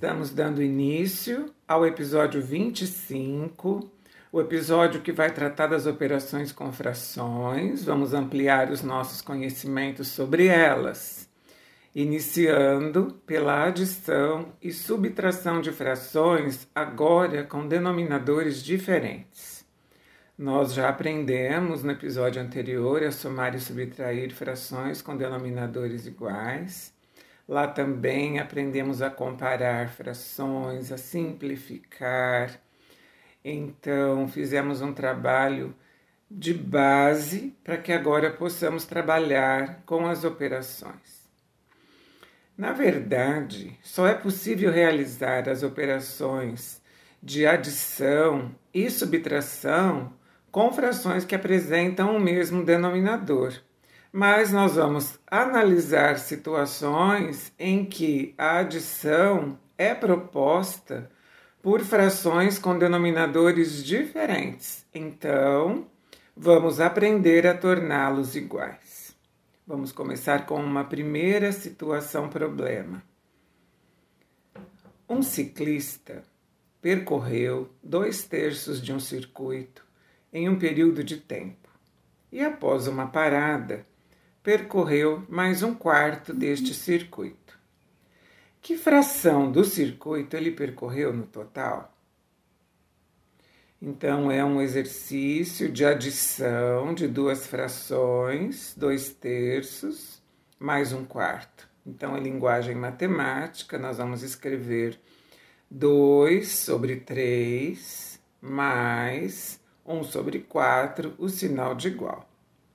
estamos dando início ao episódio 25, o episódio que vai tratar das operações com frações. Vamos ampliar os nossos conhecimentos sobre elas, iniciando pela adição e subtração de frações, agora com denominadores diferentes. Nós já aprendemos no episódio anterior a somar e subtrair frações com denominadores iguais. Lá também aprendemos a comparar frações, a simplificar. Então, fizemos um trabalho de base para que agora possamos trabalhar com as operações. Na verdade, só é possível realizar as operações de adição e subtração com frações que apresentam o mesmo denominador. Mas nós vamos analisar situações em que a adição é proposta por frações com denominadores diferentes. Então, vamos aprender a torná-los iguais. Vamos começar com uma primeira situação problema. Um ciclista percorreu 2/3 de um circuito em um período de tempo e, após uma parada, percorreu mais 1/4 deste circuito. Que fração do circuito ele percorreu no total? Então, é um exercício de adição de duas frações, 2/3 mais 1/4. Então, em linguagem matemática, nós vamos escrever 2/3 mais 1/4, o sinal de igual.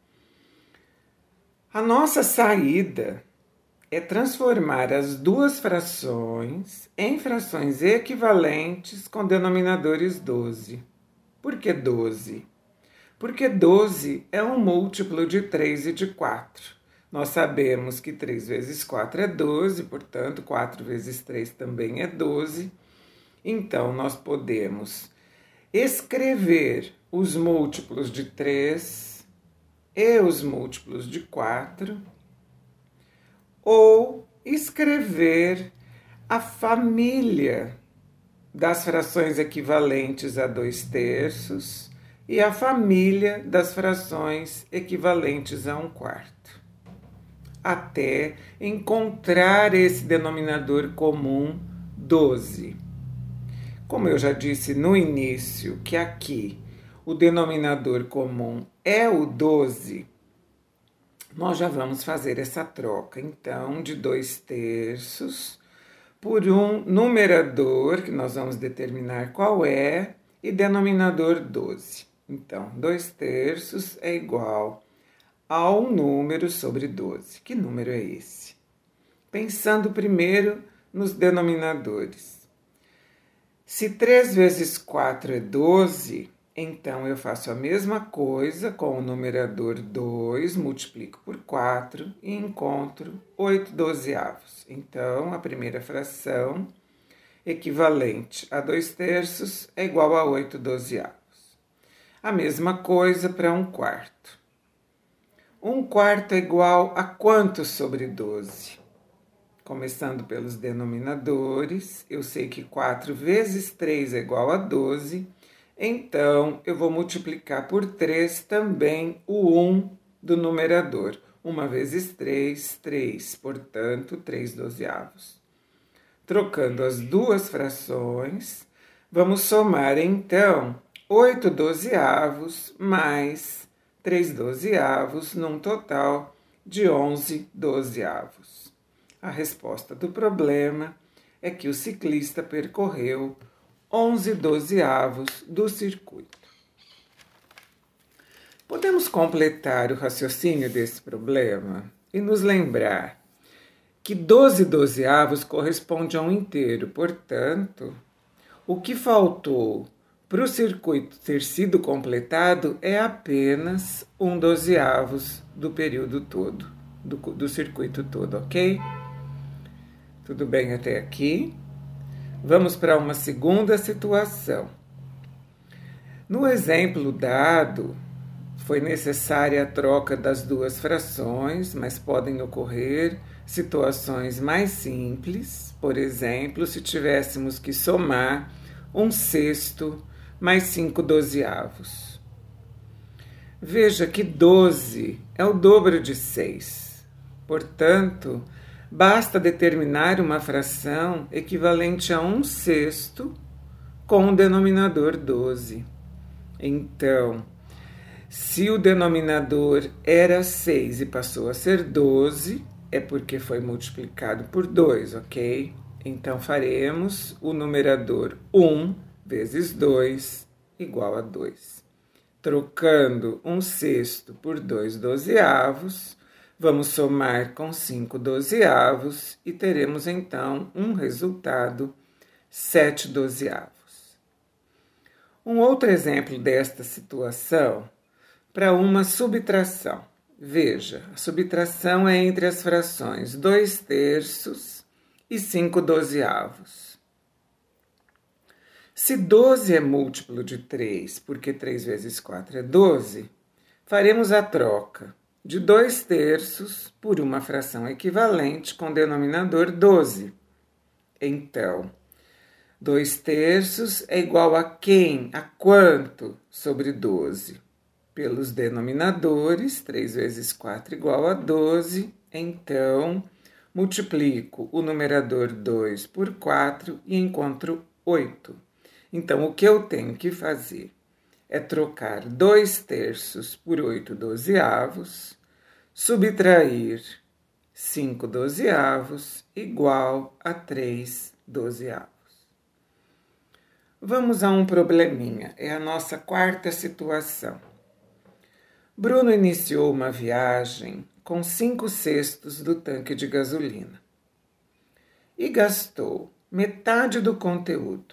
A nossa saída é transformar as duas frações em frações equivalentes com denominadores 12. Por que 12? Porque 12 é um múltiplo de 3 e de 4. Nós sabemos que 3 vezes 4 é 12, portanto, 4 vezes 3 também é 12. Então, nós podemos escrever os múltiplos de 3 e os múltiplos de 4, ou escrever a família das frações equivalentes a 2/3 e a família das frações equivalentes a 1/4, até encontrar esse denominador comum 12. Como eu já disse no início, que aqui o denominador comum é o 12, nós já vamos fazer essa troca, então, de 2/3 por um numerador, que nós vamos determinar qual é, e denominador 12. Então, 2/3 é igual a um número sobre 12. Que número é esse? Pensando primeiro nos denominadores. Se 3 vezes 4 é 12, então eu faço a mesma coisa com o numerador 2, multiplico por 4 e encontro 8/12. Então, a primeira fração equivalente a 2/3 é igual a 8/12. A mesma coisa para 1/4. 1/4 é igual a quanto sobre 12? Começando pelos denominadores, eu sei que 4 vezes 3 é igual a 12, então eu vou multiplicar por 3 também o 1 do numerador. 1 vezes 3, 3, portanto, 3/12. Trocando as duas frações, vamos somar então 8/12 mais 3/12, num total de 11/12. A resposta do problema é que o ciclista percorreu 11/12 do circuito. Podemos completar o raciocínio desse problema e nos lembrar que 12/12 corresponde a um inteiro, portanto, o que faltou para o circuito ter sido completado é apenas 1/12 do período todo, do circuito todo, ok? Tudo bem até aqui? Vamos para uma segunda situação. No exemplo dado, foi necessária a troca das duas frações, mas podem ocorrer situações mais simples, por exemplo, se tivéssemos que somar 1/6 mais 5/12. Veja que 12 é o dobro de 6. Portanto, basta determinar uma fração equivalente a 1/6 com o denominador 12. Então, se o denominador era 6 e passou a ser 12, é porque foi multiplicado por 2, ok? Então, faremos o numerador 1 vezes 2 igual a 2. Trocando 1/6 por 2/12, vamos somar com 5/12 e teremos, então, um resultado 7/12. Um outro exemplo desta situação para uma subtração. Veja, a subtração é entre as frações 2/3 e 5/12. Se 12 é múltiplo de 3, porque 3 vezes 4 é 12, faremos a troca de 2/3 por uma fração equivalente com denominador 12. Então, 2/3 é igual a quem? A quanto sobre 12? Pelos denominadores, 3 vezes 4 igual a 12, então multiplico o numerador 2 por 4 e encontro 8. Então, o que eu tenho que fazer é trocar 2/3 por 8/12, subtrair 5/12 igual a 3/12. Vamos a um probleminha, é a nossa quarta situação. Bruno iniciou uma viagem com 5/6 do tanque de gasolina e gastou metade do conteúdo.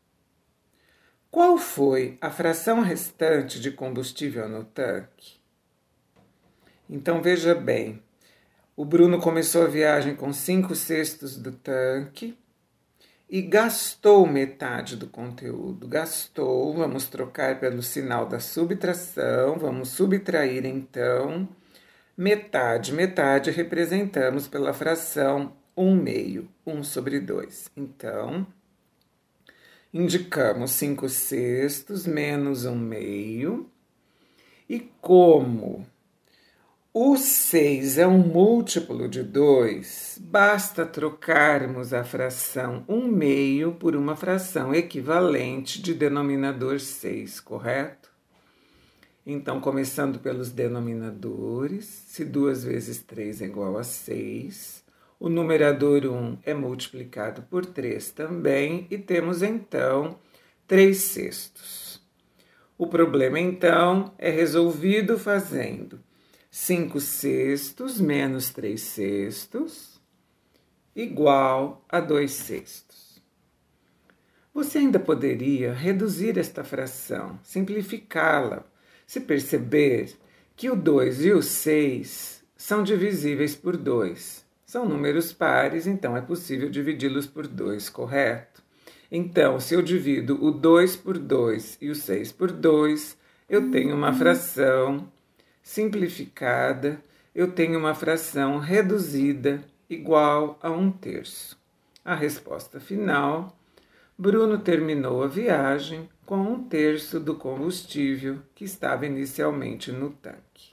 Qual foi a fração restante de combustível no tanque? Então veja bem, o Bruno começou a viagem com 5/6 do tanque e gastou metade do conteúdo. Gastou, vamos trocar pelo sinal da subtração, vamos subtrair então metade. Metade representamos pela fração 1/2, 1/2. Então, indicamos 5/6 menos 1/2. E como o 6 é um múltiplo de 2, basta trocarmos a fração 1/2 por uma fração equivalente de denominador 6, correto? Então, começando pelos denominadores, se 2 vezes 3 é igual a 6, o numerador 1 é multiplicado por 3 também e temos, então, 3/6. O problema, então, é resolvido fazendo 5/6 menos 3/6 igual a 2/6. Você ainda poderia reduzir esta fração, simplificá-la, se perceber que o 2 e o 6 são divisíveis por 2. São números pares, então é possível dividi-los por 2, correto? Então, se eu divido o 2 por 2 e o 6 por 2, eu tenho uma fração simplificada, eu tenho uma fração reduzida igual a 1/3. A resposta final: Bruno terminou a viagem com 1/3 do combustível que estava inicialmente no tanque.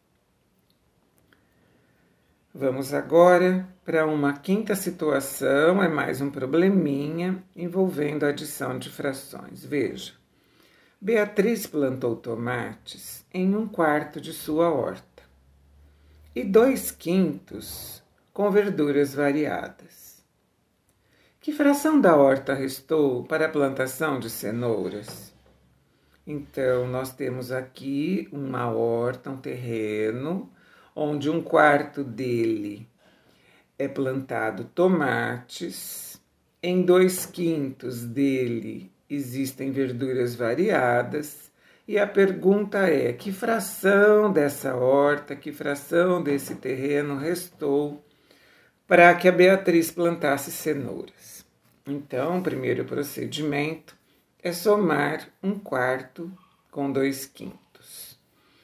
Vamos agora para uma quinta situação, é mais um probleminha envolvendo a adição de frações. Veja, Beatriz plantou tomates em 1/4 de sua horta e 2/5 com verduras variadas. Que fração da horta restou para a plantação de cenouras? Então, nós temos aqui uma horta, um terreno, onde 1/4 dele é plantado tomates, em 2/5 dele existem verduras variadas, e a pergunta é: que fração dessa horta, que fração desse terreno restou para que a Beatriz plantasse cenouras? Então, o primeiro procedimento é somar 1/4 com 2/5.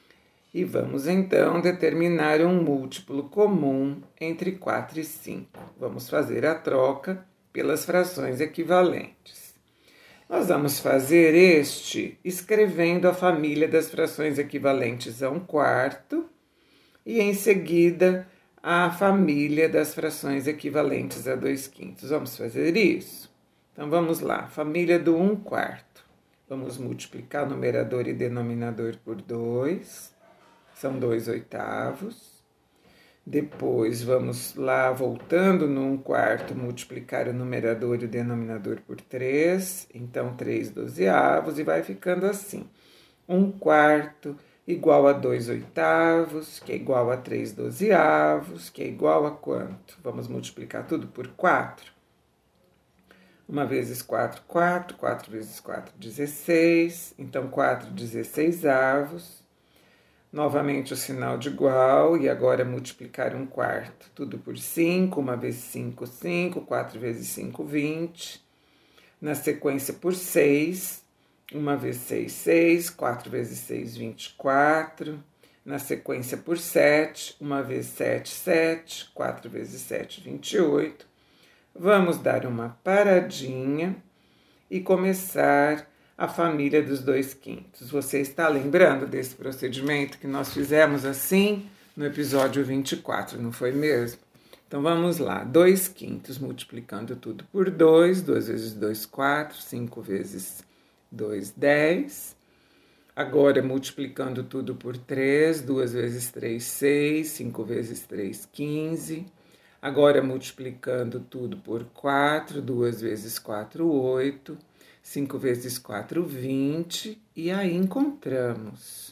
E vamos então determinar um múltiplo comum entre 4 e 5. Vamos fazer a troca pelas frações equivalentes. Nós vamos fazer este escrevendo a família das frações equivalentes a 1/4 e em seguida a família das frações equivalentes a 2/5. Vamos fazer isso? Então vamos lá, família do 1/4. Vamos multiplicar o numerador e denominador por 2. São 2/8. Depois, vamos lá, voltando no 1/4, multiplicar o numerador e o denominador por 3. Então, 3/12, e vai ficando assim. 1/4 igual a 2/8, que é igual a 3/12, que é igual a quanto? Vamos multiplicar tudo por 4. 1 vezes 4, 4. 4 vezes 4, 16. Então, 4/16. Novamente o sinal de igual, e agora multiplicar 1/4. Tudo por 5, 1 vezes 5, 5, 4 vezes 5, 20. Na sequência por 6, 1 vezes 6, 6, 4 vezes 6, 24. Na sequência por 7, 1 vezes 7, 7, 4 vezes 7, 28. Vamos dar uma paradinha e começar a família dos 2/5. Você está lembrando desse procedimento que nós fizemos assim no episódio 24, não foi mesmo? Então vamos lá, 2/5 multiplicando tudo por 2, 2 vezes 2, 4, 5 vezes 2, 10. Agora multiplicando tudo por 3, 2 vezes 3, 6, 5 vezes 3, 15. Agora multiplicando tudo por 4, 2 vezes 4, 8. 5 vezes 4, 20, e aí encontramos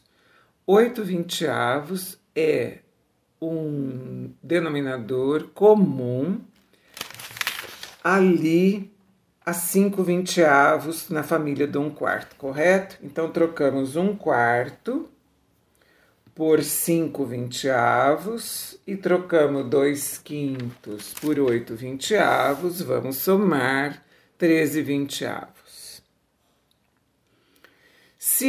8/20 é um denominador comum ali a 5/20 na família do 1/4, correto? Então, trocamos 1/4 por 5/20 e trocamos 2/5 por 8/20, vamos somar 13/20. Se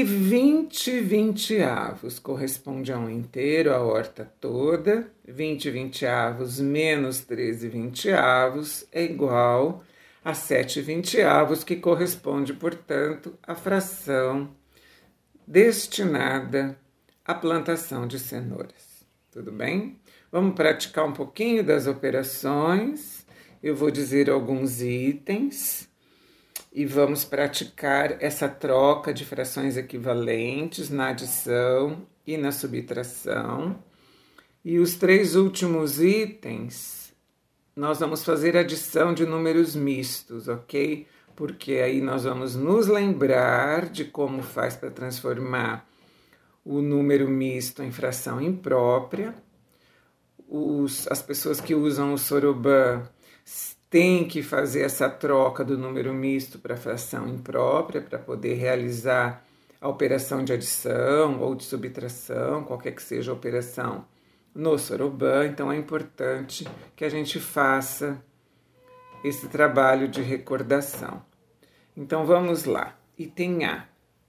20/20 corresponde a um inteiro, a horta toda, 20/20 menos 13/20 é igual a 7/20, que corresponde, portanto, à fração destinada à plantação de cenouras. Tudo bem? Vamos praticar um pouquinho das operações. Eu vou dizer alguns itens. E vamos praticar essa troca de frações equivalentes na adição e na subtração. E os 3 últimos itens, nós vamos fazer adição de números mistos, ok? Porque aí nós vamos nos lembrar de como faz para transformar o número misto em fração imprópria. As pessoas que usam o Soroban tem que fazer essa troca do número misto para fração imprópria para poder realizar a operação de adição ou de subtração, qualquer que seja a operação no Soroban. Então é importante que a gente faça esse trabalho de recordação. Então vamos lá. Item A.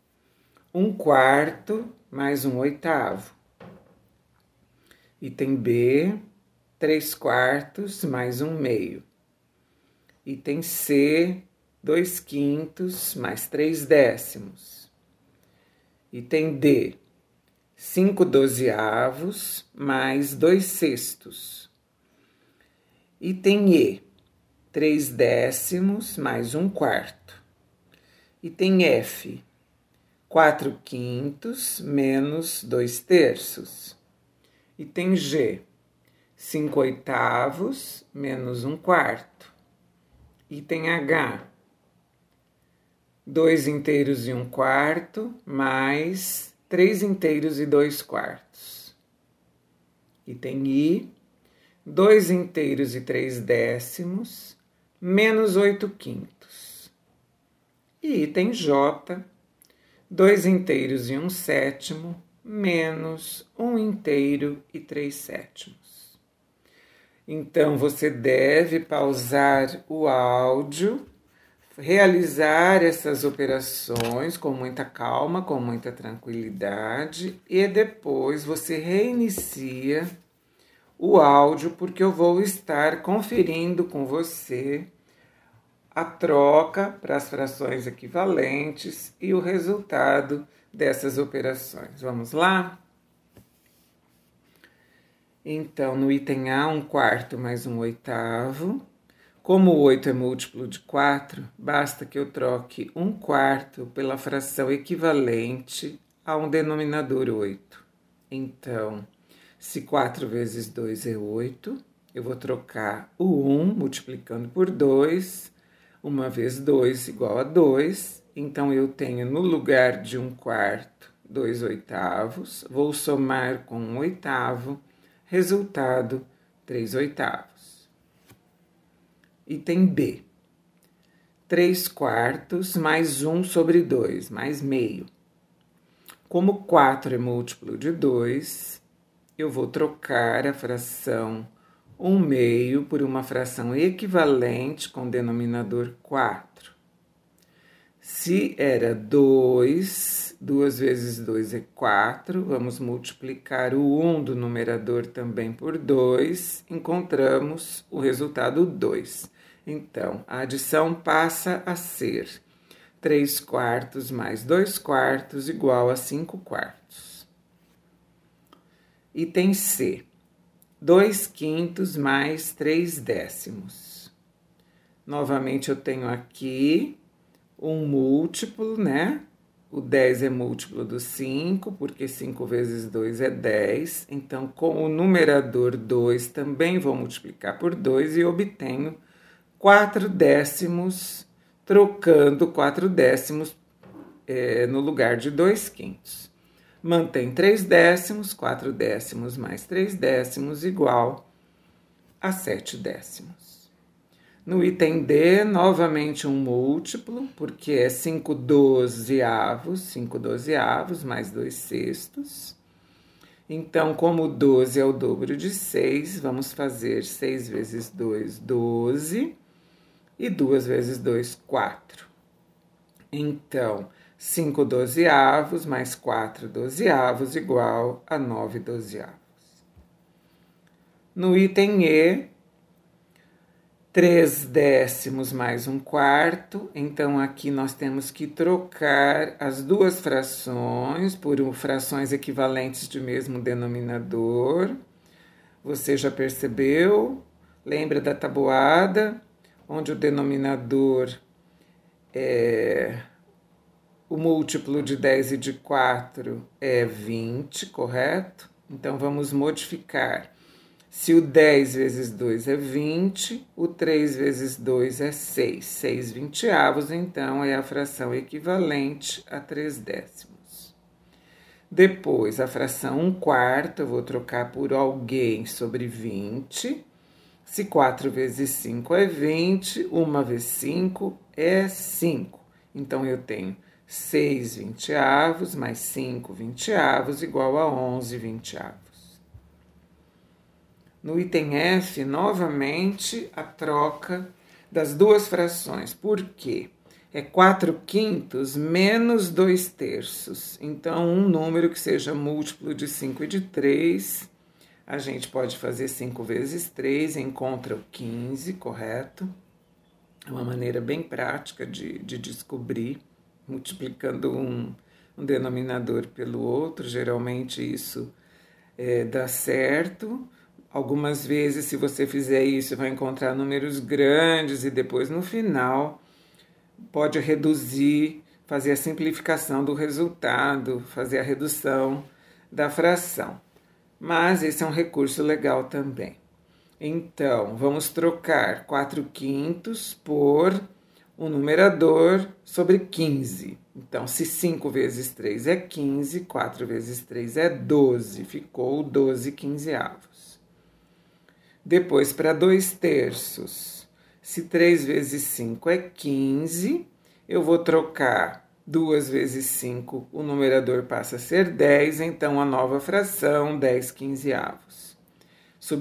1/4 mais 1/8. Item B. 3/4 mais 1/2. Item C, 2/5 mais 3/10. Item D, 5/12 mais 2/6. Item E, 3/10 mais 1/4. Item F, 4/5 menos 2/3. Item G, 5/8 menos 1/4. Item H, 2 inteiros e 1/4, mais 3 inteiros e 2/4. Item I, 2 inteiros e 3/10, menos 8/5. E item J, 2 inteiros e 1/7, menos 1 inteiro e 3/7. Então, você deve pausar o áudio, realizar essas operações com muita calma, com muita tranquilidade, e depois você reinicia o áudio, porque eu vou estar conferindo com você a troca para as frações equivalentes e o resultado dessas operações. Vamos lá? Então, no item A, 1/4 mais 1/8. Como o 8 é múltiplo de 4, basta que eu troque 1/4 pela fração equivalente a um denominador 8. Então, se 4 vezes 2 é 8, eu vou trocar o 1 multiplicando por 2. 1 vezes 2 igual a 2. Então, eu tenho no lugar de 1/4, 2/8. Vou somar com 1/8, resultado 3/8. Item B. 3/4 mais 1 sobre 2, mais meio. Como 4 é múltiplo de 2, eu vou trocar a fração 1/2 por uma fração equivalente com denominador 4. Se era 2, 2 vezes 2 é 4, vamos multiplicar o 1 do numerador também por 2, encontramos o resultado 2. Então, a adição passa a ser 3/4 mais 2/4 igual a 5/4. Item C. 2/5 mais 3/10. Novamente, eu tenho aqui um múltiplo, né? O 10 é múltiplo do 5, porque 5 vezes 2 é 10. Então, com o numerador 2, também vou multiplicar por 2 e obtenho 4/10, trocando 4/10 no lugar de 2/5. Mantém 3/10, 4/10 mais 3/10 igual a 7/10. No item D, novamente um múltiplo, porque é 5/12, 5/12 mais 2/6. Então, como 12 é o dobro de 6, vamos fazer 6 vezes 2, 12, e 2 vezes 2, 4. Então, 5/12 mais 4/12 igual a 9/12. No item E, 3/10 mais 1/4, então aqui nós temos que trocar as duas frações por frações equivalentes de mesmo denominador. Você já percebeu? Lembra da tabuada, onde o denominador é o múltiplo de 10 e de 4 é 20, correto? Então, vamos modificar. Se o 10 vezes 2 é 20, o 3 vezes 2 é 6. 6/20, então, é a fração equivalente a 3/10. Depois, a fração 1/4, eu vou trocar por alguém sobre 20. Se 4 vezes 5 é 20, 1 vezes 5 é 5. Então, eu tenho 6/20 mais 5/20 igual a 11/20. No item F, novamente, a troca das duas frações. Por quê? É 4/5 menos 2/3. Então, um número que seja múltiplo de 5 e de 3, a gente pode fazer 5 vezes 3, encontra o 15, correto? É uma maneira bem prática de descobrir, multiplicando um denominador pelo outro. Geralmente isso dá certo. Algumas vezes, se você fizer isso, vai encontrar números grandes e depois, no final, pode reduzir, fazer a simplificação do resultado, fazer a redução da fração. Mas esse é um recurso legal também. Então, vamos trocar 4/5 por um numerador sobre 15. Então, se 5 vezes 3 é 15, 4 vezes 3 é 12. Ficou 12/15. Depois, para 2/3, se 3 vezes 5 é 15, eu vou trocar 2 vezes 5, o numerador passa a ser 10, então a nova fração, 10/15.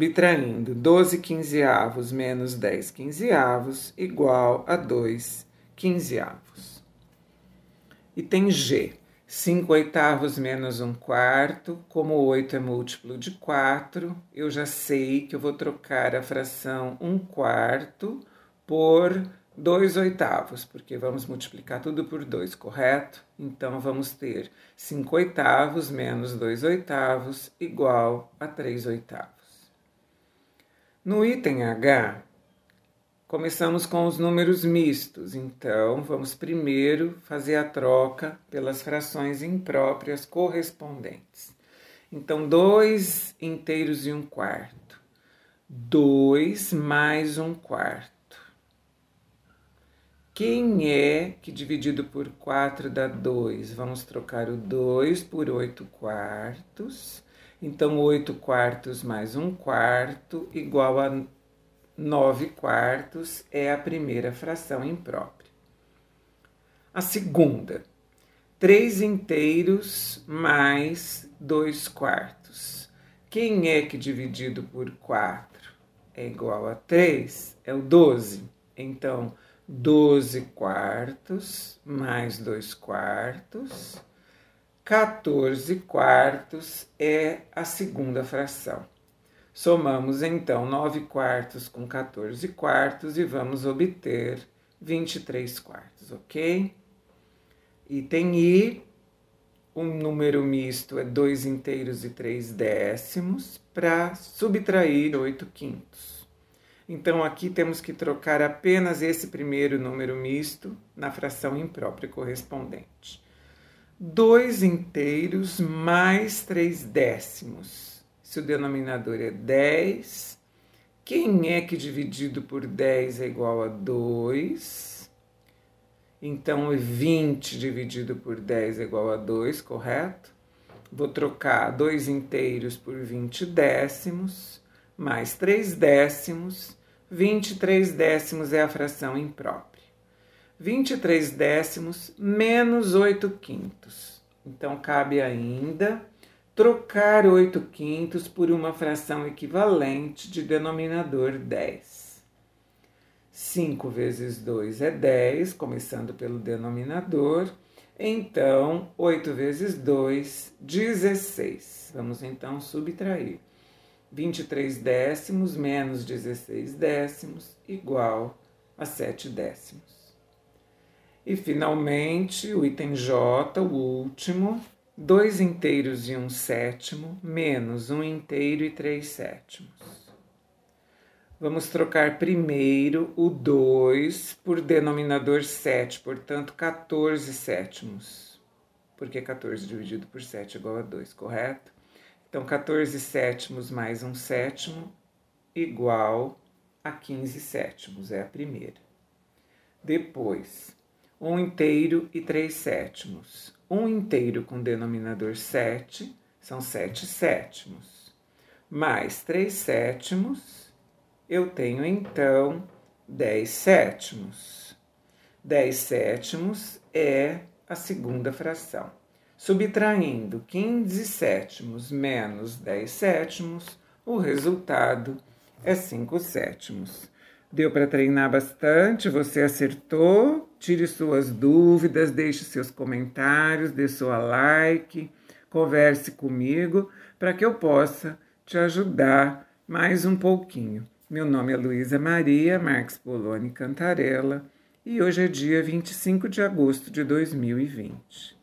Subtraindo 12/15 menos 10/15 igual a 2/15. 15avos. E tem G, 5/8 menos 1/4, como 8 é múltiplo de 4, eu já sei que eu vou trocar a fração 1/4 por 2/8, porque vamos multiplicar tudo por 2, correto? Então, vamos ter 5/8 menos 2/8 igual a 3/8. No item H, começamos com os números mistos, então vamos primeiro fazer a troca pelas frações impróprias correspondentes. Então, 2 inteiros e 1/4. 2 mais 1/4. Quem é que dividido por 4 dá 2? Vamos trocar o 2 por 8/4. Então, 8/4 mais 1/4 igual a 9/4 é a primeira fração imprópria. A segunda, 3 inteiros mais 2/4. Quem é que dividido por 4 é igual a 3? É o 12. Então, 12/4 mais 2/4. 14/4 é a segunda fração. Somamos, então, 9/4 com 14/4 e vamos obter 23/4, ok? Item I, um número misto é 2 inteiros e 3 décimos para subtrair 8/5. Então, aqui temos que trocar apenas esse primeiro número misto na fração imprópria correspondente. 2 inteiros mais 3 décimos. Se o denominador é 10, quem é que dividido por 10 é igual a 2? Então, 20 dividido por 10 é igual a 2, correto? Vou trocar 2 inteiros por 20 décimos, mais 3 décimos. 23 décimos é a fração imprópria. 23 décimos menos 8/5. Então, cabe ainda trocar 8/5 por uma fração equivalente de denominador 10. 5 vezes 2 é 10, começando pelo denominador. Então, 8 vezes 2, 16. Vamos então subtrair. 23 décimos menos 16 décimos igual a 7 décimos. E, finalmente, o item J, o último, 2 inteiros e 1/7 menos 1 inteiro e 3/7. Vamos trocar primeiro o 2 por denominador 7, portanto, 14/7. Porque 14 dividido por 7 é igual a 2, correto? Então, 14/7 mais 1/7 igual a 15/7, é a primeira. Depois, 1 inteiro e 3/7. 1 inteiro com denominador 7 são 7/7. Mais 3/7, eu tenho então 10/7. 10/7 é a segunda fração. Subtraindo 15/7 menos 10/7, o resultado é 5/7. Deu para treinar bastante? Você acertou? Tire suas dúvidas, deixe seus comentários, dê sua like, converse comigo para que eu possa te ajudar mais um pouquinho. Meu nome é Luísa Maria Marques Poloni Cantarella e hoje é dia 25 de agosto de 2020.